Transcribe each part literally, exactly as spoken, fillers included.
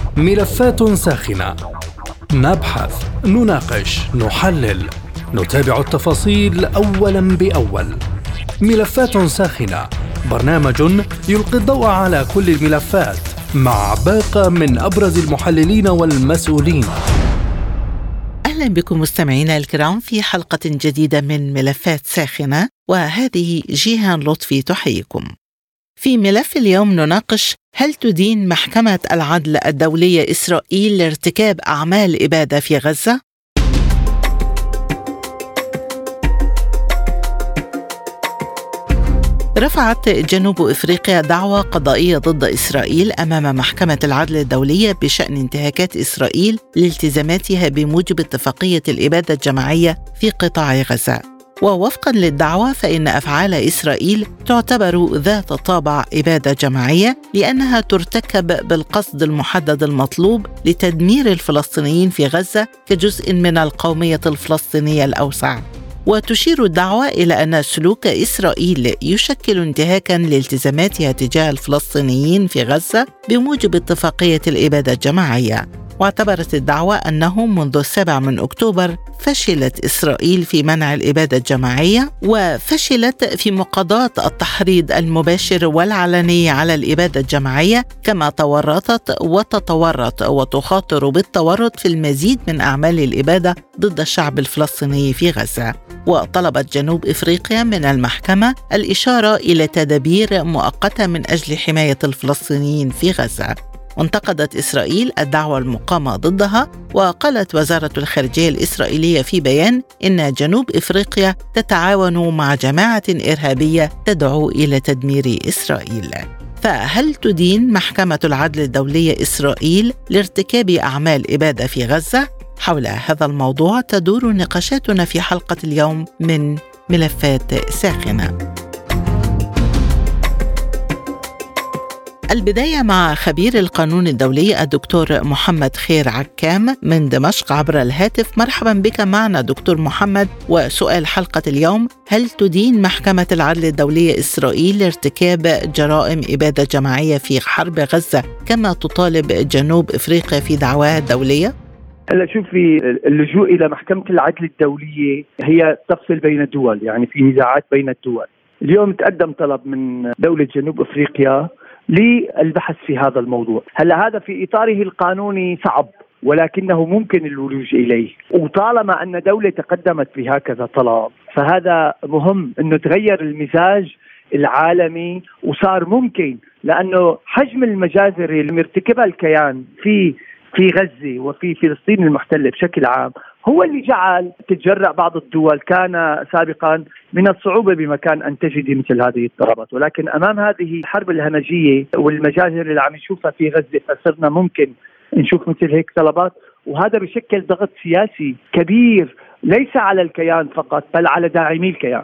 ملفات ساخنة، نبحث، نناقش، نحلل، نتابع التفاصيل أولاً بأول. ملفات ساخنة، برنامج يلقي الضوء على كل الملفات مع باقة من أبرز المحللين والمسؤولين. أهلا بكم مستمعينا الكرام في حلقة جديدة من ملفات ساخنة، وهذه جيهان لطفي تحييكم. في ملف اليوم نناقش: هل تدين محكمة العدل الدولية إسرائيل لارتكاب أعمال إبادة في غزة؟ رفعت جنوب إفريقيا دعوى قضائية ضد إسرائيل أمام محكمة العدل الدولية بشأن انتهاكات إسرائيل لالتزاماتها بموجب اتفاقية الإبادة الجماعية في قطاع غزة. ووفقا للدعوى فإن أفعال إسرائيل تعتبر ذات طابع إبادة جماعية لأنها ترتكب بالقصد المحدد المطلوب لتدمير الفلسطينيين في غزة كجزء من القومية الفلسطينية الأوسع. وتشير الدعوة إلى أن سلوك إسرائيل يشكل انتهاكاً لالتزاماتها تجاه الفلسطينيين في غزة بموجب اتفاقية الإبادة الجماعية. واعتبرت الدعوة أنه منذ السابع من أكتوبر فشلت إسرائيل في منع الإبادة الجماعية، وفشلت في مقاضاة التحريض المباشر والعلني على الإبادة الجماعية، كما تورطت وتتورط وتخاطر بالتورط في المزيد من أعمال الإبادة ضد الشعب الفلسطيني في غزة. وطلبت جنوب إفريقيا من المحكمة الإشارة إلى تدابير مؤقتة من أجل حماية الفلسطينيين في غزة. وانتقدت إسرائيل الدعوى المقامة ضدها، وقالت وزارة الخارجية الإسرائيلية في بيان إن جنوب إفريقيا تتعاون مع جماعة إرهابية تدعو إلى تدمير إسرائيل. فهل تدين محكمة العدل الدولية إسرائيل لارتكاب أعمال إبادة في غزة؟ حول هذا الموضوع تدور نقاشاتنا في حلقة اليوم من ملفات ساخنة. البداية مع خبير القانون الدولي الدكتور محمد خير عكام من دمشق عبر الهاتف. مرحبا بك معنا دكتور محمد. وسؤال حلقة اليوم: هل تدين محكمة العدل الدولية إسرائيل لارتكاب جرائم إبادة جماعية في حرب غزة كما تطالب جنوب إفريقيا في دعواها الدولية؟ هلا شوفي، اللجوء إلى محكمة العدل الدولية هي تفصل بين الدول، يعني في نزاعات بين الدول. اليوم تقدم طلب من دولة جنوب إفريقيا للبحث في هذا الموضوع. هلا هذا في إطاره القانوني صعب، ولكنه ممكن اللجوء إليه، وطالما أن دولة تقدمت بهكذا طلب فهذا مهم أنه تغير المزاج العالمي، وصار ممكن لأنه حجم المجازر اللي مرتكبها الكيان في في غزة وفي فلسطين المحتلة بشكل عام هو اللي جعل تتجرأ بعض الدول. كان سابقا من الصعوبة بمكان أن تجد مثل هذه الطلبات، ولكن أمام هذه الحرب الهمجية والمجازر اللي عم نشوفها في غزة فصرنا ممكن نشوف مثل هيك طلبات، وهذا بشكل ضغط سياسي كبير ليس على الكيان فقط بل على داعمي الكيان.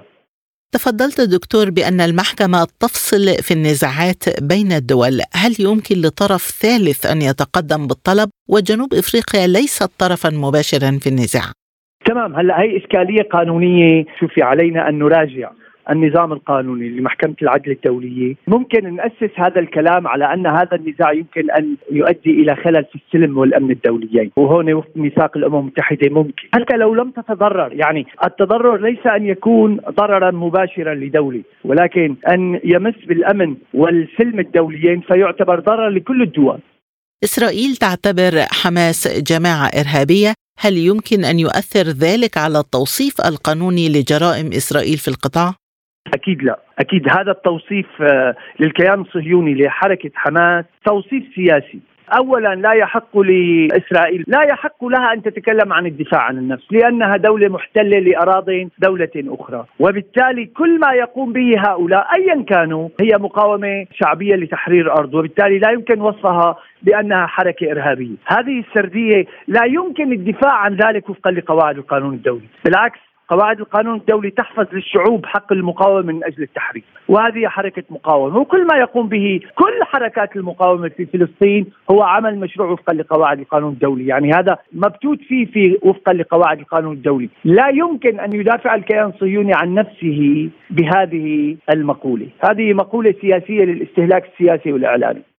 تفضلت دكتور بأن المحكمة تفصل في النزاعات بين الدول. هل يمكن لطرف ثالث أن يتقدم بالطلب وجنوب إفريقيا ليست طرفا مباشرا في النزاع؟ تمام. هلأ هي إشكالية قانونية. شوفي، علينا أن نراجع النظام القانوني لمحكمة العدل الدولية. ممكن نأسس هذا الكلام على أن هذا النزاع يمكن أن يؤدي إلى خلل في السلم والأمن الدوليين، وهون وفق ميثاق الأمم المتحدة ممكن حتى لو لم تتضرر. يعني التضرر ليس أن يكون ضررا مباشرا لدولة، ولكن أن يمس بالأمن والسلم الدوليين فيعتبر ضرر لكل الدول. إسرائيل تعتبر حماس جماعة إرهابية. هل يمكن أن يؤثر ذلك على التوصيف القانوني لجرائم إسرائيل في القطاع؟ أكيد لا. أكيد هذا التوصيف للكيان الصهيوني لحركة حماس توصيف سياسي. أولا لا يحق لإسرائيل لا يحق لها أن تتكلم عن الدفاع عن النفس، لأنها دولة محتلة لأراضي دولة أخرى، وبالتالي كل ما يقوم به هؤلاء أيا كانوا هي مقاومة شعبية لتحرير أرض، وبالتالي لا يمكن وصفها بأنها حركة إرهابية. هذه السردية لا يمكن الدفاع عن ذلك وفقا لقواعد القانون الدولي. بالعكس، قواعد القانون الدولي تحفظ للشعوب حق المقاومة من أجل التحرير، وهذه حركة مقاومة، وكل ما يقوم به كل حركات المقاومة في فلسطين هو عمل مشروع وفقا لقواعد القانون الدولي. يعني هذا مبتوت فيه في وفقا لقواعد القانون الدولي. لا يمكن أن يدافع الكيان الصهيوني عن نفسه بهذه المقولة. هذه مقولة سياسية للاستهلاك السياسي والإعلامي.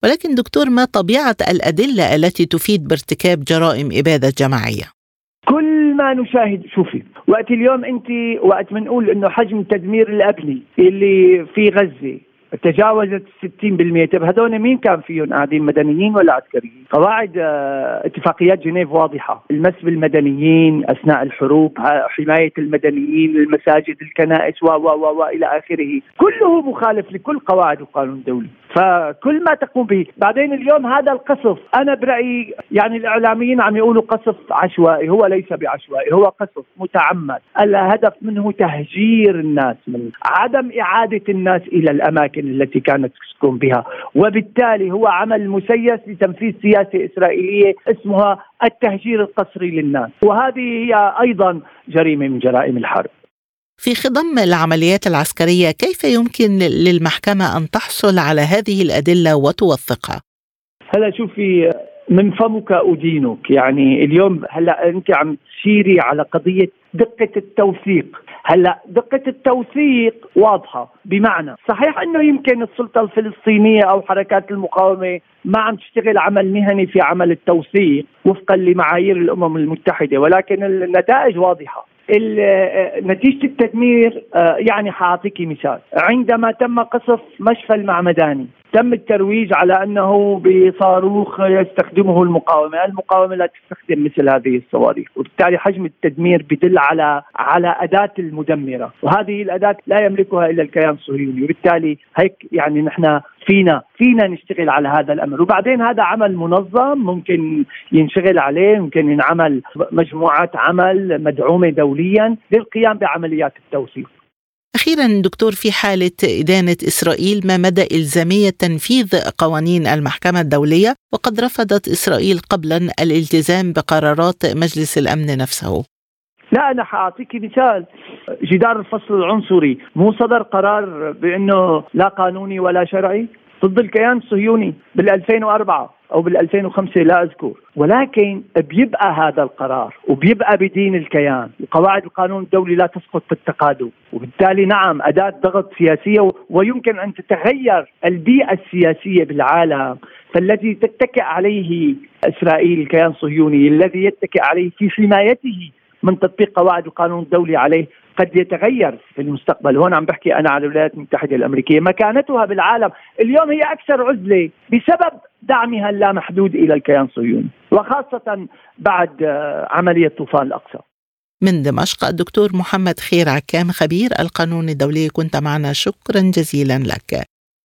ولكن دكتور، ما طبيعة الأدلة التي تفيد بارتكاب جرائم إبادة جماعية؟ كل ما نشاهد، شوفي وقت اليوم انت وقت بنقول انه حجم التدمير الابني اللي في غزة تجاوزت ستين بالمئة، طيب هذول مين كان فيهم؟ قاعدين مدنيين ولا عسكريين؟ قواعد اه اتفاقيات جنيف واضحة، المس بالمدنيين اثناء الحروب، حماية المدنيين، المساجد، الكنائس و و و والى اخره، كله مخالف لكل قواعد القانون الدولي. فكل ما تقوم به. بعدين اليوم هذا القصف، انا برأيي يعني الاعلاميين عم يقولوا قصف عشوائي، هو ليس بعشوائي، هو قصف متعمد، الهدف منه تهجير الناس، من عدم اعادة الناس الى الاماكن التي كانت تسكن بها، وبالتالي هو عمل مسيس لتنفيذ سياسة إسرائيلية اسمها التهجير القسري للناس، وهذه هي أيضا جريمة من جرائم الحرب. في خضم العمليات العسكرية كيف يمكن للمحكمة أن تحصل على هذه الأدلة وتوثقها؟ هلا شوفي، من فمك أدينك، يعني اليوم هلا أنت عم تشيري على قضية دقة التوثيق. هلا دقة التوثيق واضحة، بمعنى صحيح انه يمكن السلطة الفلسطينية او حركات المقاومة ما عم تشتغل عمل مهني في عمل التوثيق وفقا لمعايير الامم المتحدة، ولكن النتائج واضحة. نتيجة التدمير، يعني حاعطيكي مثال، عندما تم قصف مشفى المعمداني تم الترويج على أنه بصاروخ يستخدمه المقاومة، المقاومة لا تستخدم مثل هذه الصواريخ، وبالتالي حجم التدمير بدل على على أداة المدمرة، وهذه الأداة لا يملكها إلا الكيان الصهيوني، وبالتالي هيك يعني نحن فينا فينا نشتغل على هذا الأمر. وبعدين هذا عمل منظم ممكن ينشغل عليه، ممكن ينعمل مجموعات عمل مدعومة دوليا للقيام بعمليات التوثيق. أخيرا دكتور، في حالة إدانة إسرائيل ما مدى إلزامية تنفيذ قوانين المحكمة الدولية؟ وقد رفضت إسرائيل قبلا الالتزام بقرارات مجلس الأمن نفسه. لا، أنا حأعطيك مثال، جدار الفصل العنصري مو صدر قرار بأنه لا قانوني ولا شرعي ضد الكيان الصهيوني بالألفين وأربعة أو بالألفين وخمسة لا أذكر، ولكن بيبقى هذا القرار وبيبقى بدين الكيان، وقواعد القانون الدولي لا تسقط في التقادم، وبالتالي نعم أداة ضغط سياسية، ويمكن أن تتغير البيئة السياسية بالعالم، فالذي تتكئ عليه إسرائيل الكيان الصهيوني الذي يتكئ عليه في حمايته من تطبيق قواعد القانون الدولي عليه قد يتغير في المستقبل. هون عم بحكي أنا على الولايات المتحدة الأمريكية، مكانتها بالعالم اليوم هي أكثر عزلة بسبب دعمها اللامحدود إلى الكيان الصهيوني، وخاصة بعد عملية طوفان الأقصى. من دمشق الدكتور محمد خير عكام، خبير القانون الدولي، كنت معنا، شكرا جزيلا لك.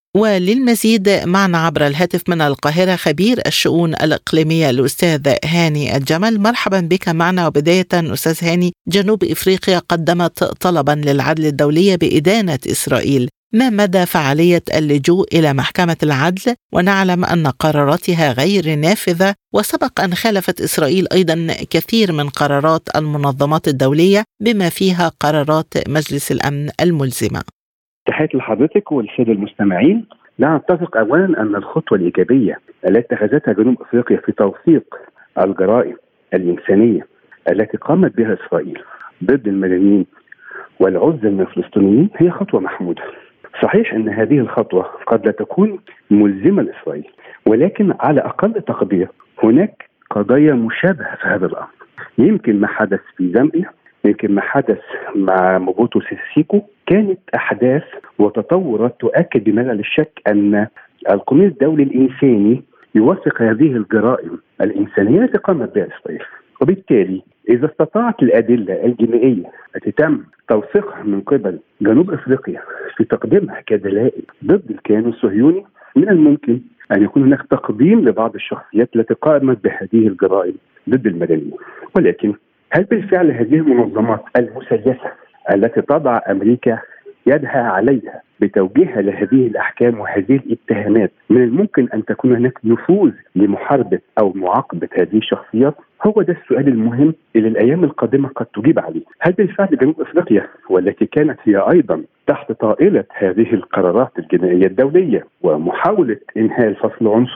وللمزيد معنا عبر الهاتف من القاهرة خبير الشؤون الإقليمية الأستاذ هاني الجمل. مرحبا بك معنا. وبداية أستاذ هاني، جنوب إفريقيا قدمت طلبا للعدل الدولي بإدانة إسرائيل، ما مدى فعالية اللجوء إلى محكمة العدل؟ ونعلم أن قراراتها غير نافذة، وسبق أن خالفت إسرائيل أيضا كثير من قرارات المنظمات الدولية بما فيها قرارات مجلس الأمن الملزمة. تحياتي لحضرتك والسادة المستمعين. لا نتفق أولا أن الخطوة الإيجابية التي اتخذتها جنوب أفريقيا في توثيق الجرائم الإنسانية التي قامت بها إسرائيل ضد المدنيين والعزل من الفلسطينيين هي خطوة محمودة. صحيح أن هذه الخطوة قد لا تكون ملزمة لإسرائيل، ولكن على أقل تقدير هناك قضايا مشابهة في هذا الأمر. يمكن ما حدث في زامبيا، يمكن ما حدث مع موبوتو سيسي سيكو كانت أحداث وتطورات تؤكد بما لا شك أن القانون الدولي الإنساني يوثق هذه الجرائم الإنسانية التي قامت بها إسرائيل. وبالتالي إذا استطاعت الأدلة الجنائية التي تم توثيقها من قبل جنوب أفريقيا في تقديمها كدلائل ضد الكيان الصهيوني، من الممكن أن يكون هناك تقديم لبعض الشخصيات التي قامت بهذه الجرائم ضد المدنيين. ولكن هل بالفعل هذه المنظمات المسيسة التي تضع أمريكا يدها عليها بتوجيهها لهذه الأحكام وهذه الاتهامات من الممكن أن تكون هناك نفوذ لمحاربة أو معاقبة هذه الشخصيات؟ هو ده السؤال المهم اللي الأيام القادمة قد تجيب عليه. هل بالفعل جنوب أفريقيا والتي كانت هي أيضا تحت طائلة هذه القرارات الجنائية الدولية ومحاولة إنهاء الفصل العنصري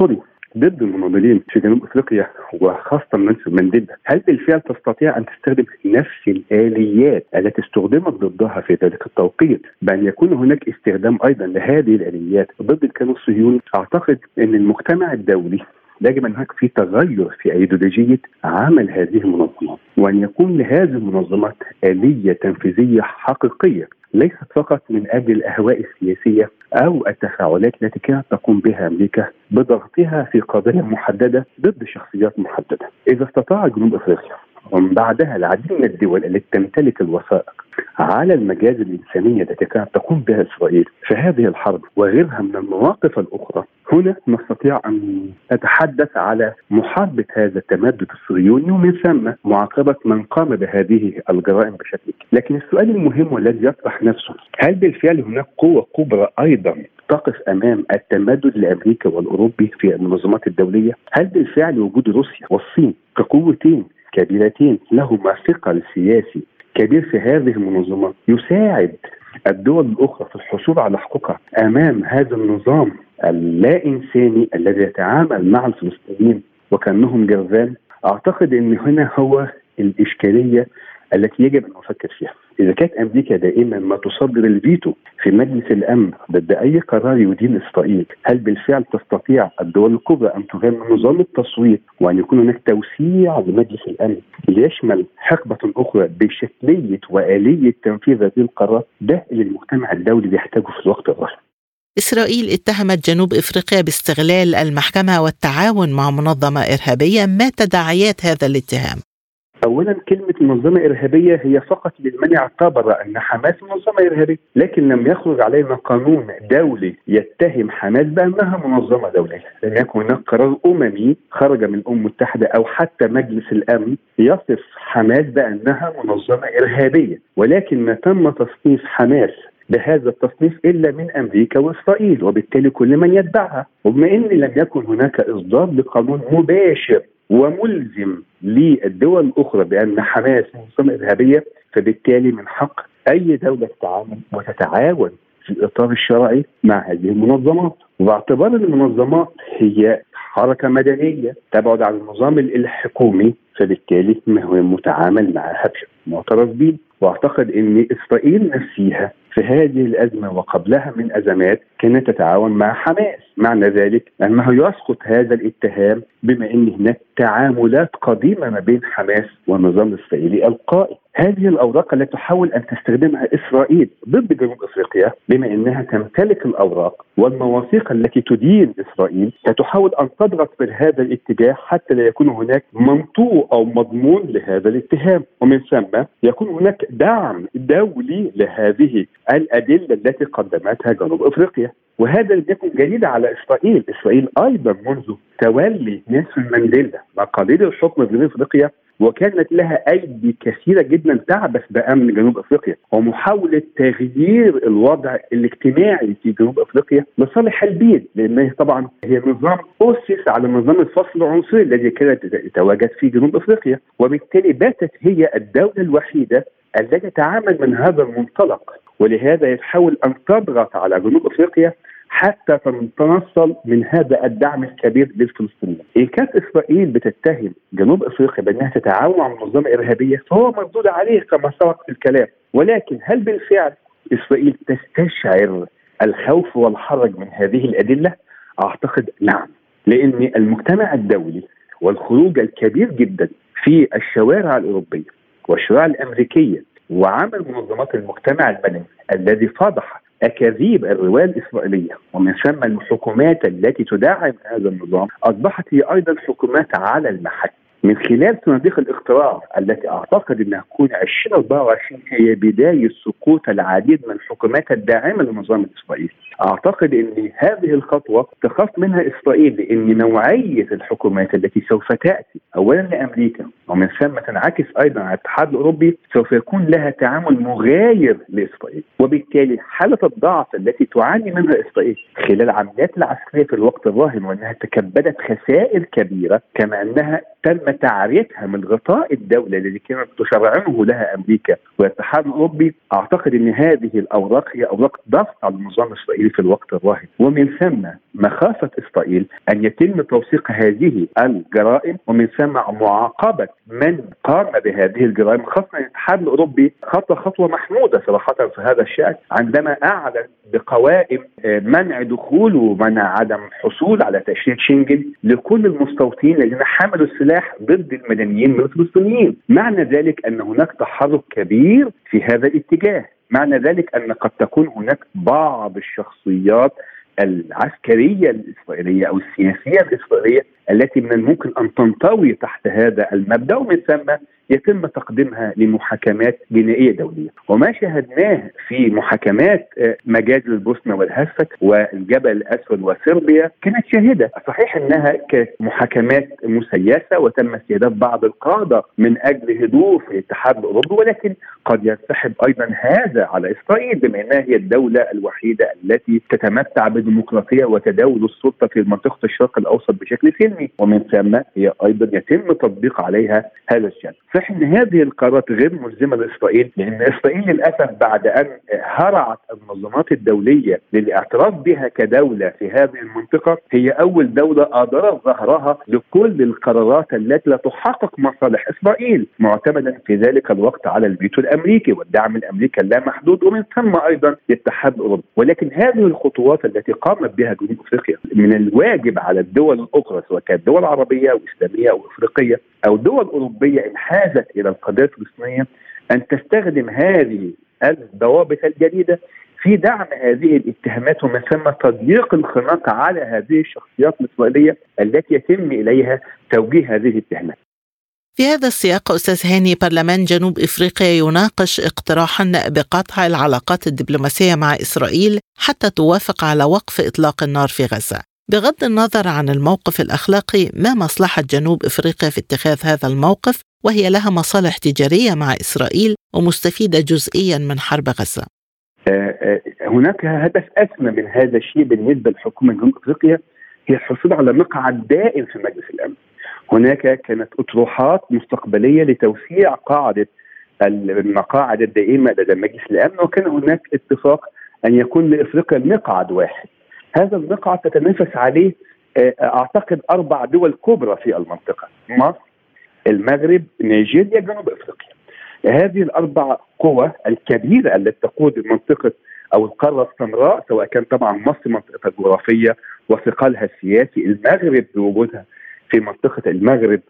ضد المناضلين في جنوب افريقيا وخاصه نيلسون مانديلا، هل بالفعل تستطيع ان تستخدم نفس الاليات التي استخدمت ضدها في ذلك التوقيت، بان يكون هناك استخدام ايضا لهذه الاليات ضد الكيان الصهيوني؟ اعتقد ان المجتمع الدولي يجب ان هناك في تغير في ايديولوجيه عمل هذه المنظمات، وان يكون لهذه المنظمات اليه تنفيذيه حقيقيه ليست فقط من اجل الاهواء السياسيه او التفاعلات التي كانت تقوم بها امريكا بضغطها في قضايا محدده ضد شخصيات محدده. اذا استطاع جنوب افريقيا ومن بعدها العديد من الدول التي تمتلك الوثائق على المجازر الإنسانية التي كانت تقوم بها إسرائيل في هذه الحرب وغيرها من المواقف الأخرى، هنا نستطيع أن نتحدث على محاربة هذا التمدد الصهيوني ومن ثم معاقبة من قام بهذه الجرائم بشكل. لكن السؤال المهم والذي يطرح نفسه، هل بالفعل هناك قوة كبرى أيضا تقف أمام التمدد الأمريكي والأوروبي في المنظمات الدولية؟ هل بالفعل وجود روسيا والصين كقوتين كبيرتين لهما ثقل سياسي كبير في هذه المنظمات يساعد الدول الأخرى في الحصول على حقوقها أمام هذا النظام اللا إنساني الذي يتعامل مع الفلسطينيين وكأنهم جرذان؟ أعتقد أن هنا هو الإشكالية التي يجب أن نفكر فيها. إذا كانت أمريكا دائما ما تصدر الفيتو في مجلس الأمن ضد أي قرار يدين إسرائيل، هل بالفعل تستطيع الدول الكبرى أن تغير نظام التصويت وأن يكون هناك توسيع لمجلس الأمن ليشمل حقبة أخرى بشكلية وآلية تنفيذ هذه القرارات؟ ده اللي المجتمع الدولي بيحتاجه في الوقت الراهن. إسرائيل اتهمت جنوب إفريقيا باستغلال المحكمة والتعاون مع منظمة إرهابية، ما تداعيات هذا الاتهام؟ أولا، كلمة منظمة إرهابية هي فقط لمن اعتبر أن حماس منظمة إرهابية، لكن لم يخرج علينا قانون دولي يتهم حماس بأنها منظمة دولية. لم يكن هناك قرار أممي خرج من الأمم المتحدة أو حتى مجلس الأمن يصف حماس بأنها منظمة إرهابية، ولكن ما تم تصنيف حماس بهذا التصنيف إلا من أمريكا وإسرائيل وبالتالي كل من يتبعها. وبما أن لم يكن هناك إصدار لقانون مباشر وملزم للدول الأخرى بأن حماس منظمة إرهابية، فبالتالي من حق أي دولة تتعامل وتتعاون في الإطار الشرعي مع هذه المنظمات. واعتبار المنظمات هي حركة مدنية تبعد عن النظام الحكومي، فبالتالي ما هو متعامل معها بشكل معترف به. واعتقد ان اسرائيل نفسها في هذه الازمه وقبلها من ازمات كانت تتعاون مع حماس، معنى ذلك انه يسقط هذا الاتهام بما ان هناك تعاملات قديمه ما بين حماس والنظام الاسرائيلي القائم. هذه الاوراق التي تحاول ان تستخدمها اسرائيل ضد جنوب افريقيا بما انها تمتلك الاوراق والمواثيق التي تدين اسرائيل، فتحاول ان تضغط في هذا الاتجاه حتى لا يكون هناك منطوق او مضمون لهذا الاتهام، ومن ثم يكون هناك دعم دولي لهذه الأدلة التي قدمتها جنوب أفريقيا. وهذا لم يكن جديدا على إسرائيل. إسرائيل أيضا منذ تولي نيلسون مانديلا مقاليد الحكم في جنوب أفريقيا وكانت لها أيدي كثيرة جدا تعبث بأمن جنوب أفريقيا ومحاولة تغيير الوضع الاجتماعي في جنوب أفريقيا لصالح البيد، لأنه طبعا هي نظام أسس على نظام الفصل العنصري الذي كانت تتواجد في جنوب أفريقيا، وبالتالي باتت هي الدولة الوحيدة التي تتعامل من هذا المنطلق، ولهذا تحاول أن تضغط على جنوب أفريقيا حتى تنصل من هذا الدعم الكبير للفلسطينيين. إن كانت إسرائيل بتتهم جنوب أفريقيا بأنها تتعاون مع منظمة إرهابية فهو مردود عليه كما سبق في الكلام، ولكن هل بالفعل إسرائيل تستشعر الخوف والحرج من هذه الأدلة؟ أعتقد نعم، لأن المجتمع الدولي والخروج الكبير جدا في الشوارع الأوروبية والشوارع الأمريكية وعمل منظمات المجتمع المدني الذي فضح أكاذيب الرواية الإسرائيلية ومن ثم الحكومات التي تدعم هذا النظام أصبحت هي أيضا حكومات على المحك من خلال صناديق الاقتراع التي أعتقد أنها تكون ألفين وأربعة وعشرين هي بداية سقوط العديد من الحكومات الداعمة للنظام الإسرائيلي. أعتقد أن هذه الخطوة تخاف منها إسرائيل لأن نوعية الحكومات التي سوف تأتي أولا لأمريكا ومن ثم تنعكس أيضا على الاتحاد الأوروبي سوف يكون لها تعامل مغاير لإسرائيل، وبالتالي حالة الضعف التي تعاني منها إسرائيل خلال العمليات العسكرية في الوقت الراهن وأنها تكبدت خسائر كبيرة كما أنها تم تعريتها من غطاء الدولة الذي كانت تشرعنه لها أمريكا والاتحاد الأوروبي، أعتقد أن هذه الأوراق هي أوراق ضغط على النظام الإسرائيلي في الوقت الراهن، ومن ثم مخافة إسرائيل أن يتم توثيق هذه الجرائم ومن ثم معاقبة من قام بهذه الجرائم، خاصة الاتحاد الأوروبي خطوة خطوة محمودة صراحة في هذا الشأن عندما أعلن بقوائم منع دخول ومنع عدم حصول على تأشيرة شنغن لكل المستوطنين الذين حملوا السلاح ضد المدنيين من الفلسطينيين. معنى ذلك أن هناك تحرك كبير في هذا الاتجاه، معنى ذلك أن قد تكون هناك بعض الشخصيات العسكرية الإسرائيلية أو السياسية الإسرائيلية التي من الممكن أن تنطوي تحت هذا المبدأ ومن ثم يتم تقديمها لمحاكمات جنائية دولية. وما شاهدناه في محاكمات مجازر البوسنة والهرسك والجبل الأسود وصربيا كانت شاهدة، صحيح أنها كانت محاكمات مسيسة وتم استهداف بعض القادة من أجل هدوء في الاتحاد الأوروبي، ولكن قد ينسحب أيضا هذا على إسرائيل بما أنها هي الدولة الوحيدة التي تتمتع بديمقراطية وتداول السلطة في منطقة الشرق الأوسط بشكل سلمي، ومن ثم هي أيضا يتم تطبيق عليها هذا الشأن. صحيح أن هذه القرارات غير ملزمة لإسرائيل، لأن إسرائيل للأسف بعد أن هرعت المنظمات الدولية للاعتراف بها كدولة في هذه المنطقة هي أول دولة أدارت ظهرها لكل القرارات التي لا تحقق مصالح إسرائيل، معتمدا في ذلك الوقت على الفيتو الأمريكي والدعم الأمريكي اللامحدود ومن ثم أيضا الاتحاد الأوروبي. ولكن هذه الخطوات التي قامت بها جنوب أفريقيا من الواجب على الدول الأخرى سواء كانت دول عربية أو إسلامية أو أفريقية أو دول أوروبية إن حازت إلى القضية الفلسطينية أن تستخدم هذه الضوابط الجديدة في دعم هذه الاتهامات ومن ثم تضييق الخناق على هذه الشخصيات الإسرائيلية التي يتم إليها توجيه هذه الاتهامات. في هذا السياق أستاذ هاني، برلمان جنوب إفريقيا يناقش اقتراحا بقطع العلاقات الدبلوماسية مع إسرائيل حتى توافق على وقف إطلاق النار في غزة. بغض النظر عن الموقف الأخلاقي، ما مصلحة جنوب إفريقيا في اتخاذ هذا الموقف وهي لها مصالح تجارية مع إسرائيل ومستفيدة جزئيا من حرب غزة؟ هناك هدف أسمى من هذا الشيء بالنسبة لحكومة جنوب أفريقيا، هي الحصول على مقعد دائم في مجلس الأمن. هناك كانت أطروحات مستقبلية لتوسيع قاعدة المقاعد الدائمة لدى مجلس الأمن، وكان هناك اتفاق أن يكون لإفريقيا مقعد واحد. هذا المقعد تتنافس عليه أعتقد أربع دول كبرى في المنطقة: مصر، المغرب، نيجيريا، جنوب أفريقيا. هذه الأربع قوى الكبيرة التي تقود منطقة أو القارة السمراء، سواء كان طبعا مصر منطقة الجغرافية وثقلها السياسي، المغرب بوجودها في منطقة المغرب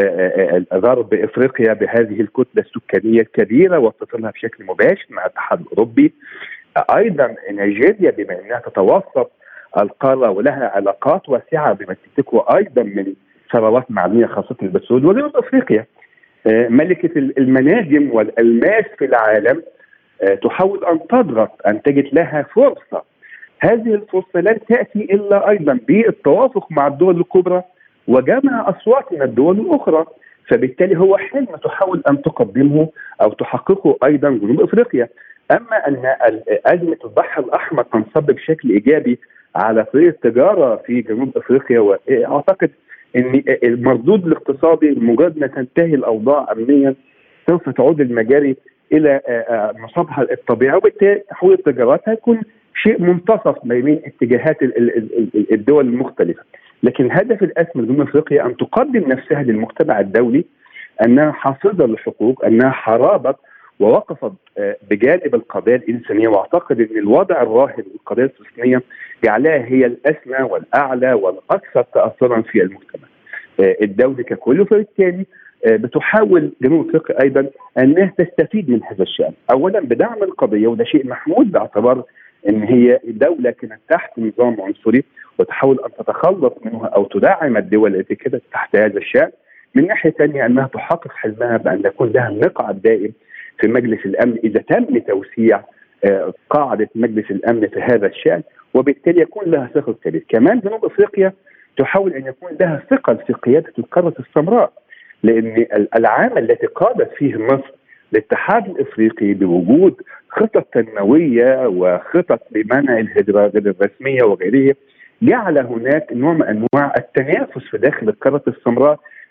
غرب إفريقيا بهذه الكتلة السكانية الكبيرة واتصالها بشكل مباشر مع الاتحاد الأوروبي، أيضا نيجيريا بما أنها تتوسط القارة ولها علاقات واسعة بما تمتلكه أيضا من ثروات معدنية خاصة البترول، وجنوب أفريقيا ملكة المناجم والألماس في العالم تحاول أن تضغط أن تجد لها فرصة. هذه الفرصة لن تأتي إلا أيضا بالتوافق مع الدول الكبرى وجمع أصوات من الدول الأخرى، فبالتالي هو حلم تحاول أن تقدمه أو تحققه أيضا جنوب أفريقيا. أما أن أزمة البحر الأحمر تنصب بشكل إيجابي على طريق التجارة في جنوب أفريقيا، وأعتقد أن المردود الاقتصادي مجرد ما تنتهي الأوضاع أمنيا سوف تعود المجاري إلى نصابها الطبيعي، وبالتالي تحويل التجارات هيكون شيء منتصف ما بين اتجاهات الدول المختلفة. لكن الهدف الأسمى لجنوب أفريقيا أن تقدم نفسها للمجتمع الدولي أنها حافظة للحقوق، أنها حاربت ووقفت بجانب القضايا الإنسانية. وأعتقد أن الوضع الراهن للقضايا الفلسطينية جعلها هي الأسمى والأعلى والأكثر تأثرا في المجتمع الدولي ككل، فبالتالي بتحاول جنوب أفريقيا أيضا أنها تستفيد من هذا الشأن، أولا بدعم القضية وده شيء محمود باعتبار أن هي دولة كانت تحت نظام عنصري وتحاول أن تتخلص منه أو تدعم الدول التي كانت تحت هذا الشأن. من ناحية ثانية أنها تحقق حلمها بأن يكون لها مقعد دائم في مجلس الأمن إذا تم توسيع قاعدة مجلس الأمن في هذا الشأن، وبالتالي يكون لها ثقل كبير. كمان جنوب أفريقيا تحاول أن يكون لها ثقل في قيادة القارة السمراء، لأن العام التي قادت فيه مصر الاتحاد الافريقي بوجود خطط تنمويه وخطط لمنع الهجره غير الرسميه وغيرها جعل هناك نوع من انواع التنافس في داخل القاره السمراء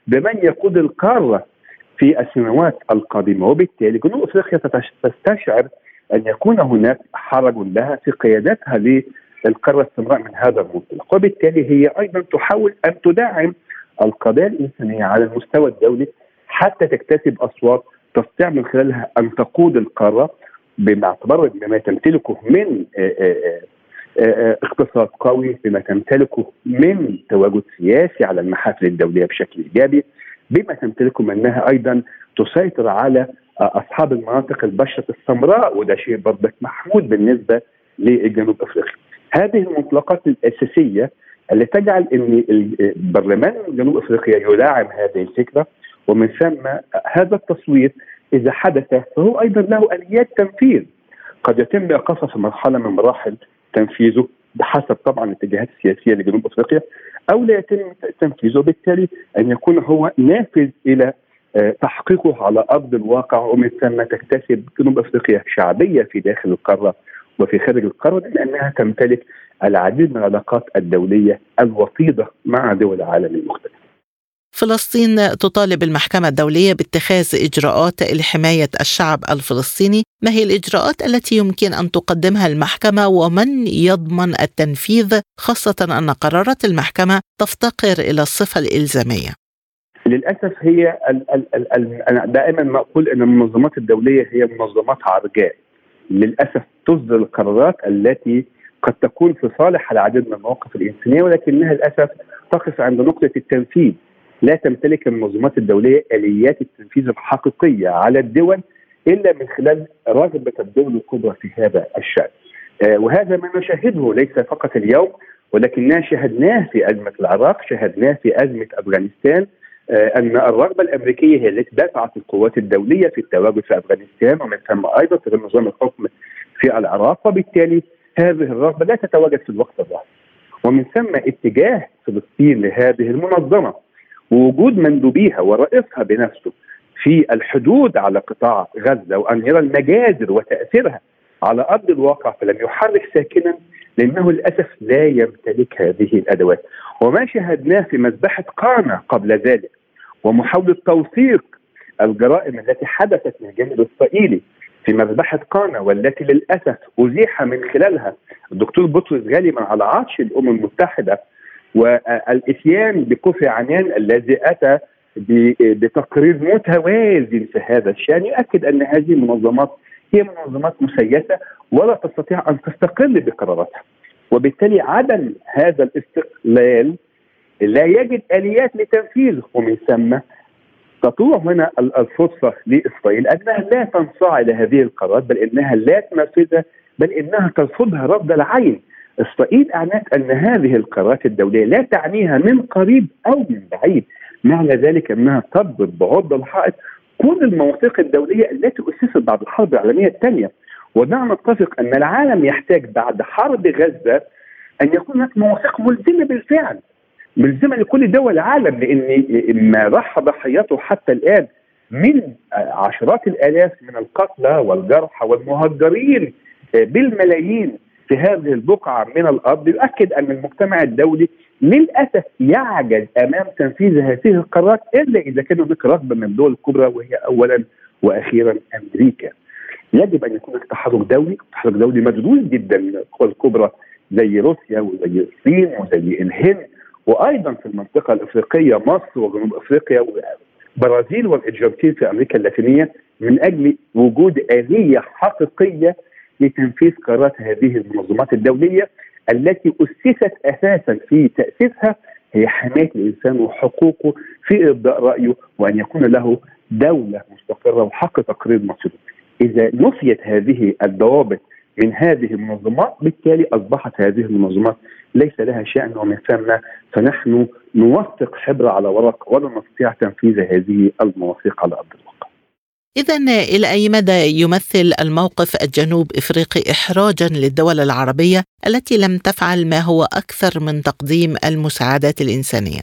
بمن يقود القارة في السنوات القادمة. وبالتالي جنوب أفريقيا تستشعر أن يكون هناك حرج لها في قيادتها للقارة السمراء من هذا المنطلق، وبالتالي هي أيضا تحاول أن تدعم القضايا الإنسانية على المستوى الدولي حتى تكتسب أصوات تستطيع من خلالها أن تقود القارة باعتبار بما تمتلكه من اقتصاد قوي، بما تمتلكه من تواجد سياسي على المحافل الدولية بشكل إيجابي، بما تمتلكه منها أيضا تسيطر على أصحاب المناطق البشرة السمراء، وده شيء برضك محمود بالنسبة للجنوب أفريقيا. هذه المنطلقات الأساسية اللي تجعل أن البرلمان جنوب أفريقيا يدعم هذه الفكرة، ومن ثم هذا التصويت إذا حدث فهو أيضا له آليات تنفيذ قد يتم إيقافها في مرحلة من مراحل تنفيذه بحسب طبعا الاتجاهات السياسية لجنوب أفريقيا، أو لا يتم تنفيذه، بالتالي أن يكون هو نافذ إلى تحقيقه على أرض الواقع، ومن ثم تكتسب جنوب أفريقيا شعبية في داخل القارة وفي خارج القارة، لأنها تمتلك العديد من العلاقات الدولية الوطيدة مع دول العالم المختلف. فلسطين تطالب المحكمة الدولية باتخاذ إجراءات لحماية الشعب الفلسطيني. ما هي الإجراءات التي يمكن أن تقدمها المحكمة، ومن يضمن التنفيذ، خاصة أن قرارات المحكمة تفتقر إلى الصفة الإلزامية؟ للأسف هي ال ال ال ال أنا دائما ما أقول أن المنظمات الدولية هي منظمات عرجاء، للأسف تصدر القرارات التي قد تكون في صالح العديد من المواقف الإنسانية، ولكنها للأسف تقف عند نقطة التنفيذ. لا تمتلك المنظمات الدولية آليات التنفيذ الحقيقية على الدول إلا من خلال رغبة الدول الكبرى في هذا الشأن. آه وهذا ما نشاهده ليس فقط اليوم، ولكننا شاهدناه في أزمة العراق، شاهدناه في أزمة أفغانستان، آه أن الرغبة الأمريكية هي التي دفعت القوات الدولية في التواجد في أفغانستان، ومن ثم أيضا في نظام الحكم في العراق، وبالتالي هذه الرغبة لا تتواجد في الوقت الراهن. ومن ثم اتجاه فلسطين لهذه المنظمة ووجود مندوبيها ورئيسها بنفسه في الحدود على قطاع غزة، وأن يرى المجازر وتأثيرها على أرض الواقع فلم يحرك ساكنا، لأنه للأسف لا يمتلك هذه الأدوات. وما شاهدناه في مذبحة قانا قبل ذلك ومحاولة توثيق الجرائم التي حدثت من الجانب الإسرائيلي في مذبحة قانا، والتي للأسف أزيح من خلالها الدكتور بطرس غالبا على عطش الأمم المتحدة، والاتيان بكوفي عنان الذي اتى بتقرير متوازن في هذا الشان يؤكد ان هذه المنظمات هي منظمات مسيسه ولا تستطيع ان تستقل بقراراتها، وبالتالي عدم هذا الاستقلال لا يجد اليات لتنفيذه. ومن ثم تطوع هنا الفرصه لاسرائيل انها لا تنصاع الى هذه القرارات، بل انها لا تنفذها، بل انها ترفضها رفض العين. إسرائيل أعلنت أن هذه القرارات الدولية لا تعنيها من قريب أو من بعيد، معنى ذلك أنها تضرب بعض الحائط كل المواثيق الدولية التي أسست بعد الحرب العالمية الثانية. ونحن نتفق أن العالم يحتاج بعد حرب غزة أن يكون هناك مواثيق ملزمة بالفعل، ملزمة لكل دول العالم، لأن ما راح ضحيته حتى الآن من عشرات الآلاف من القتلى والجرحى والمهجرين بالملايين في هذه البقعة من الأرض يؤكد أن المجتمع الدولي للأسف يعجز أمام تنفيذ هذه القرارات إلا إذا كان هناك رغبة من الدول الكبرى، وهي أولا وأخيرا أمريكا. يجب أن يكون تحرك دولي، تحرك دولي مدروس جدا من القوى الكبرى زي روسيا وزي الصين وزي الهند، وأيضا في المنطقة الأفريقية مصر وجنوب أفريقيا والبرازيل والأرجنتين في أمريكا اللاتينية، من أجل وجود آلية حقيقية لتنفيذ قرارات هذه المنظمات الدولية التي أسست أساسا في تأسيسها هي حماية الإنسان وحقوقه في إبداء رأيه، وأن يكون له دولة مستقرة وحق تقرير مصيره. إذا نفيت هذه الضوابط من هذه المنظمات بالتالي أصبحت هذه المنظمات ليس لها شأن، ومن ثم فنحن نوثق حبر على ورق ولا نستطيع تنفيذ هذه المواثيق على أرض الواقع. إذن إلى أي مدى يمثل الموقف الجنوب إفريقي إحراجا للدول العربية التي لم تفعل ما هو أكثر من تقديم المساعدات الإنسانية؟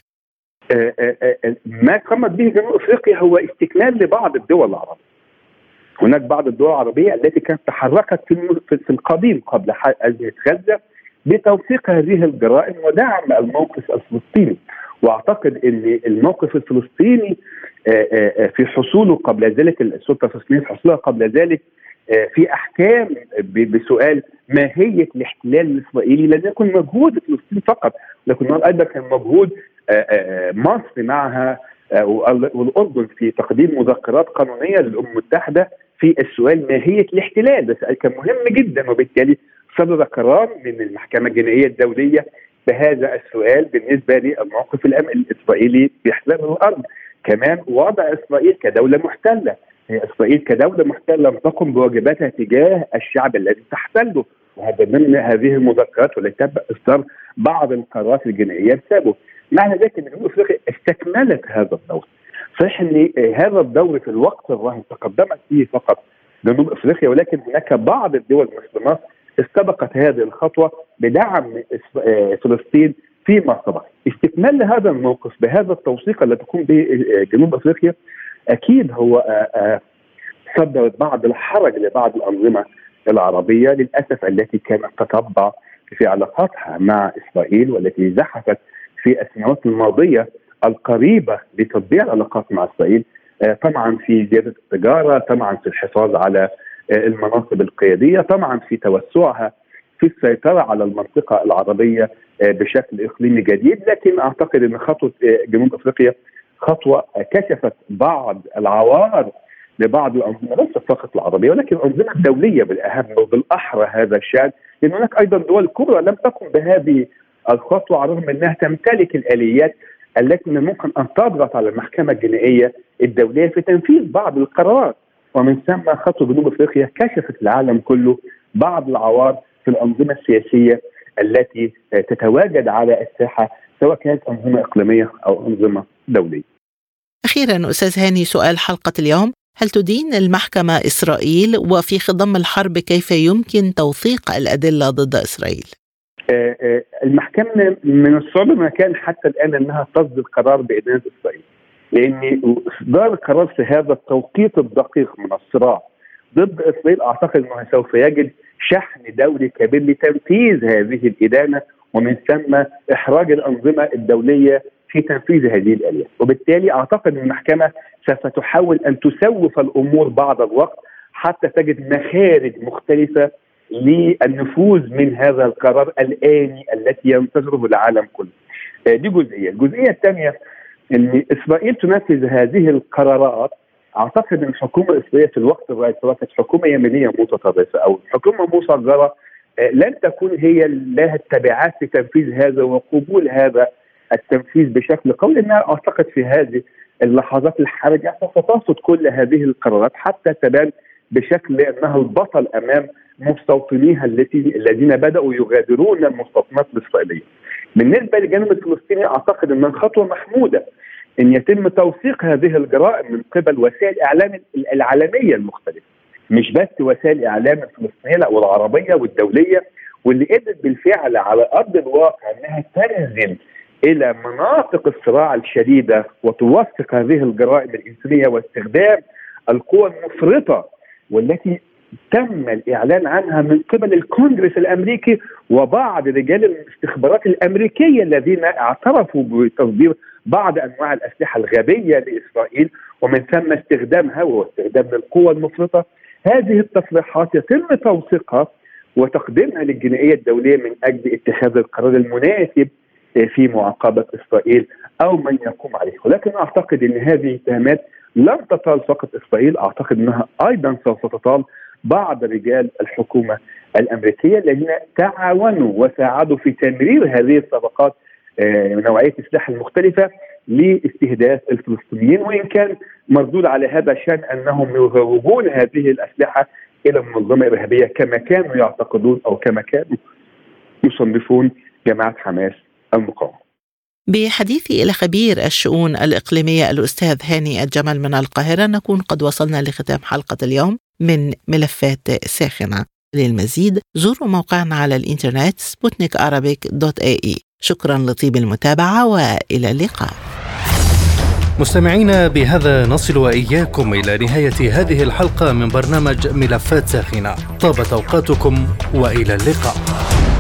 ما قامت به جنوب إفريقيا هو استكمال لبعض الدول العربية. هناك بعض الدول العربية التي كانت تحركت في القديم قبل أزمة غزة بتوثيق هذه الجرائم ودعم الموقف الفلسطيني، واعتقد ان الموقف الفلسطيني في حصوله قبل ذلك، السلطه الفلسطينيه في حصولها قبل ذلك في احكام بسؤال ماهيه الاحتلال الاسرائيلي لم يكن مجهود فلسطين فقط، لكن ايضا كان مجهود مصر معها والاردن في تقديم مذكرات قانونيه للامم المتحده في السؤال ماهيه الاحتلال. ده سؤال كان مهم جدا، وبالتالي صدر قرار من المحكمه الجنائيه الدوليه بهذا السؤال بالنسبه للموقف الاسرائيلي باحتلال الارض. كمان وضع اسرائيل كدوله محتله، اسرائيل كدوله محتله لم تقم بواجباتها تجاه الشعب الذي تحتله، وهذا ضمن هذه المذكرات والتي تم اصدار بعض القرارات الجنائيه بسببه. معنى ذلك ان جنوب افريقيا استكملت هذا الدور. صحيح ان هذا الدور في الوقت الراهن تقدمت فيه فقط جنوب افريقيا، ولكن هناك بعض الدول مثل مصر استبقت هذه الخطوه بدعم فلسطين فيما سبق. استكمال لهذا الموقف بهذا التوثيق الذي تقوم به جنوب افريقيا اكيد هو صدر بعض الحرج لبعض الانظمه العربيه للاسف التي كانت تتبع في علاقاتها مع اسرائيل، والتي زحفت في السنوات الماضيه القريبه لتطبيع العلاقات مع اسرائيل، طبعا في زياده التجاره، طبعا في الحفاظ على المناصب القياديه، طبعا في توسعها في السيطره على المنطقه العربيه بشكل اقليمي جديد. لكن اعتقد ان خطوه جنوب افريقيا خطوه كشفت بعض العوار لبعض الانظمه ليس فقط العربيه ولكن الانظمه الدوليه بالاهم وبالاحرى هذا الشان، لان هناك ايضا دول كبرى لم تقم بهذه الخطوه على الرغم انها تمتلك الاليات التي ممكن ان تضغط على المحكمه الجنائيه الدوليه في تنفيذ بعض القرارات. ومن ثم خطوه جنوب افريقيا كشفت العالم كله بعض العوار في الانظمه السياسيه التي تتواجد على الساحه سواء كانت انظمه اقليميه او انظمه دوليه. اخيرا استاذ هاني، سؤال حلقه اليوم: هل تدين المحكمه اسرائيل؟ وفي خضم الحرب كيف يمكن توثيق الادله ضد اسرائيل؟ المحكمه من الصعب ما كان حتى الان انها تصدر قرار بادانه اسرائيل، لان اصدار قرار في هذا التوقيت الدقيق من الصراع ضد اسرائيل اعتقد انه سوف يجد شحن دولي كبير لتنفيذ هذه الادانه، ومن ثم احراج الانظمه الدوليه في تنفيذ هذه الاليات. وبالتالي اعتقد ان المحكمه سوف تحاول ان تسوف الامور بعض الوقت حتى تجد مخارج مختلفه للنفوذ من هذا القرار الآني التي ينتظره العالم كله. دي جزئيه، الجزئيه الثانيه ان اسرائيل تنفذ هذه القرارات. اعتقد ان الحكومه الاسرائيليه في الوقت الراهن سواء كانت حكومه يمنيه متطرفه او حكومه مصغره لن تكون هي لها التبعات في تنفيذ هذا وقبول هذا التنفيذ بشكل قوي، لانها اعتقد في هذه اللحظات الحرجه سوف ترفض كل هذه القرارات حتى تبان بشكل انها البطل امام مستوطنيها التي الذين بداوا يغادرون المستوطنات الاسرائيليه. بالنسبه للجانب الفلسطيني اعتقد ان الخطوه محموده ان يتم توثيق هذه الجرائم من قبل وسائل الاعلام العالميه المختلفه، مش بس وسائل الاعلام الفلسطينيه لا والعربيه والدوليه، واللي قدرت بالفعل على ارض الواقع انها تنزل الى مناطق الصراع الشديده وتوثق هذه الجرائم الانسانيه واستخدام القوى المفرطه والتي تم الاعلان عنها من قبل الكونغرس الامريكي وبعض رجال الاستخبارات الامريكيه الذين اعترفوا بتصدير بعض انواع الاسلحه الغبيه لاسرائيل ومن ثم استخدامها واستخدام القوى المفرطه. هذه التصريحات يتم توثيقها وتقديمها للجنائيه الدوليه من اجل اتخاذ القرار المناسب في معاقبه اسرائيل او من يقوم عليه. ولكن اعتقد ان هذه الاتهامات لم تطال فقط اسرائيل، اعتقد انها ايضا سوف تطال بعض رجال الحكومه الامريكيه الذين تعاونوا وساعدوا في تمرير هذه الصفقات نوعيه السلاح المختلفه لاستهداف الفلسطينيين، وان كان مردود على هذا الشان انهم يروجون هذه الاسلحه الى منظمه ارهابيه كما كانوا يعتقدون او كما كانوا يصنفون جماعه حماس المقاومه. بحديثي إلى خبير الشؤون الإقليمية الأستاذ هاني الجمل من القاهرة نكون قد وصلنا لختام حلقة اليوم من ملفات ساخنة. للمزيد زوروا موقعنا على الإنترنت سبوتنيك أرابيك دوت إيه إي. شكرا لطيب المتابعة وإلى اللقاء. مستمعينا، بهذا نصل وإياكم إلى نهاية هذه الحلقة من برنامج ملفات ساخنة. طابت أوقاتكم وإلى اللقاء.